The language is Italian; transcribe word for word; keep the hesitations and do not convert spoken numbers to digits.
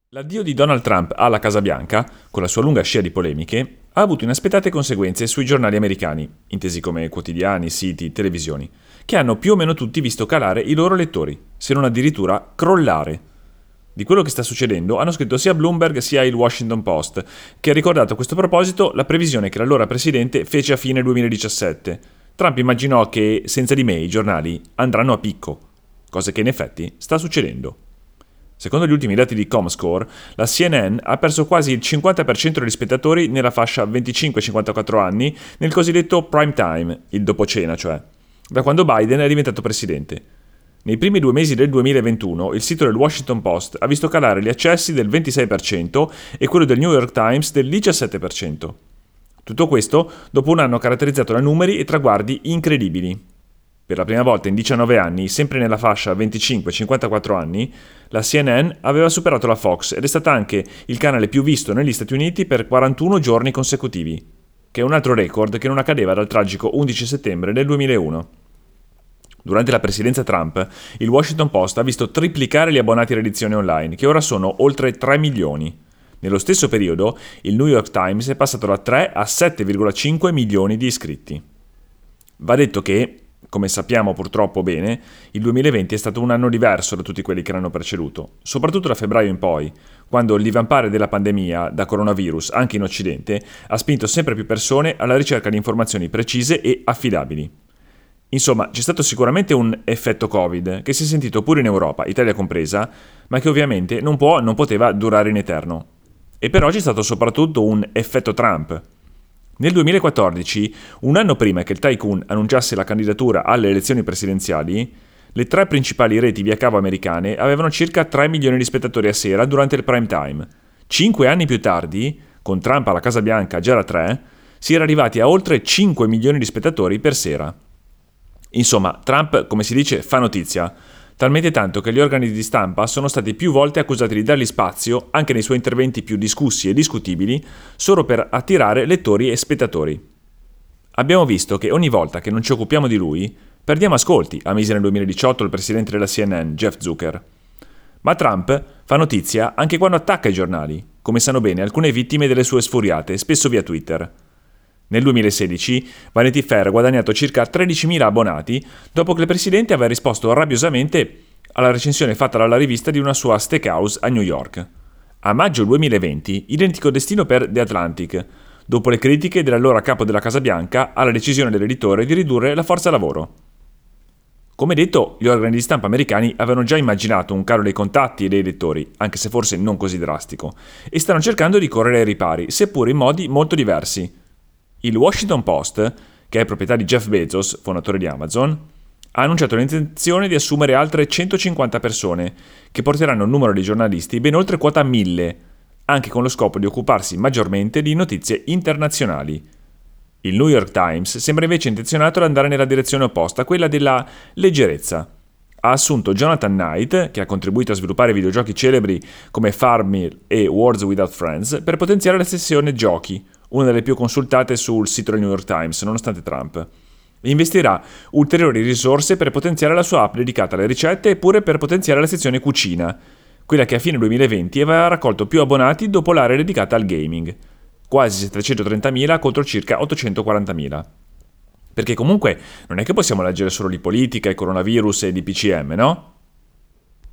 L'addio di Donald Trump alla Casa Bianca, con la sua lunga scia di polemiche, ha avuto inaspettate conseguenze sui giornali americani, intesi come quotidiani, siti, televisioni, che hanno più o meno tutti visto calare i loro lettori, se non addirittura crollare. Di quello che sta succedendo hanno scritto sia Bloomberg sia il Washington Post, che ha ricordato a questo proposito la previsione che l'allora presidente fece a fine duemiladiciassette. Trump immaginò che senza di me i giornali andranno a picco, cosa che in effetti sta succedendo. Secondo gli ultimi dati di Comscore, la C N N ha perso quasi il cinquanta per cento degli spettatori nella fascia venticinque cinquantaquattro anni nel cosiddetto prime time, il dopo cena cioè, da quando Biden è diventato presidente. Nei primi due mesi del duemilaventuno il sito del Washington Post ha visto calare gli accessi del ventisei per cento e quello del New York Times del diciassette per cento. Tutto questo dopo un anno caratterizzato da numeri e traguardi incredibili. Per la prima volta in diciannove anni, sempre nella fascia venticinque cinquantaquattro anni, la C N N aveva superato la Fox ed è stata anche il canale più visto negli Stati Uniti per quarantuno giorni consecutivi, che è un altro record che non accadeva dal tragico undici settembre del duemilauno. Durante la presidenza Trump, il Washington Post ha visto triplicare gli abbonati all'edizione online, che ora sono oltre tre milioni. Nello stesso periodo, il New York Times è passato da tre a sette virgola cinque milioni di iscritti. Va detto che, come sappiamo purtroppo bene, il duemilaventi è stato un anno diverso da tutti quelli che l'hanno preceduto, soprattutto da febbraio in poi, quando il divampare della pandemia da coronavirus, anche in Occidente, ha spinto sempre più persone alla ricerca di informazioni precise e affidabili. Insomma, c'è stato sicuramente un effetto Covid, che si è sentito pure in Europa, Italia compresa, ma che ovviamente non può, non poteva durare in eterno. E però c'è stato soprattutto un effetto Trump. Nel duemilaquattordici, un anno prima che il tycoon annunciasse la candidatura alle elezioni presidenziali, le tre principali reti via cavo americane avevano circa tre milioni di spettatori a sera durante il prime time. Cinque anni più tardi, con Trump alla Casa Bianca già da tre, si era arrivati a oltre cinque milioni di spettatori per sera. Insomma, Trump, come si dice, fa notizia, talmente tanto che gli organi di stampa sono stati più volte accusati di dargli spazio, anche nei suoi interventi più discussi e discutibili, solo per attirare lettori e spettatori. Abbiamo visto che ogni volta che non ci occupiamo di lui, perdiamo ascolti, ammise nel duemiladiciotto il presidente della C N N, Jeff Zucker. Ma Trump fa notizia anche quando attacca i giornali, come sanno bene alcune vittime delle sue sfuriate, spesso via Twitter. Nel duemilasedici Vanity Fair ha guadagnato circa tredicimila abbonati dopo che il presidente aveva risposto rabbiosamente alla recensione fatta dalla rivista di una sua steakhouse a New York. A maggio duemilaventi, identico destino per The Atlantic, dopo le critiche dell'allora capo della Casa Bianca alla decisione dell'editore di ridurre la forza lavoro. Come detto, gli organi di stampa americani avevano già immaginato un calo dei contatti e dei lettori, anche se forse non così drastico, e stanno cercando di correre ai ripari, seppur in modi molto diversi. Il Washington Post, che è proprietà di Jeff Bezos, fondatore di Amazon, ha annunciato l'intenzione di assumere altre centocinquanta persone, che porteranno il numero dei giornalisti ben oltre quota mille, anche con lo scopo di occuparsi maggiormente di notizie internazionali. Il New York Times sembra invece intenzionato ad andare nella direzione opposta, quella della leggerezza. Ha assunto Jonathan Knight, che ha contribuito a sviluppare videogiochi celebri come Farmville e Words Without Friends, per potenziare la sezione giochi, una delle più consultate sul sito del New York Times, nonostante Trump. Investirà ulteriori risorse per potenziare la sua app dedicata alle ricette e pure per potenziare la sezione cucina, quella che a fine duemilaventi aveva raccolto più abbonati dopo l'area dedicata al gaming, quasi settecentotrentamila contro circa ottocentoquarantamila. Perché comunque non è che possiamo leggere solo di politica, e coronavirus e di P C M, no?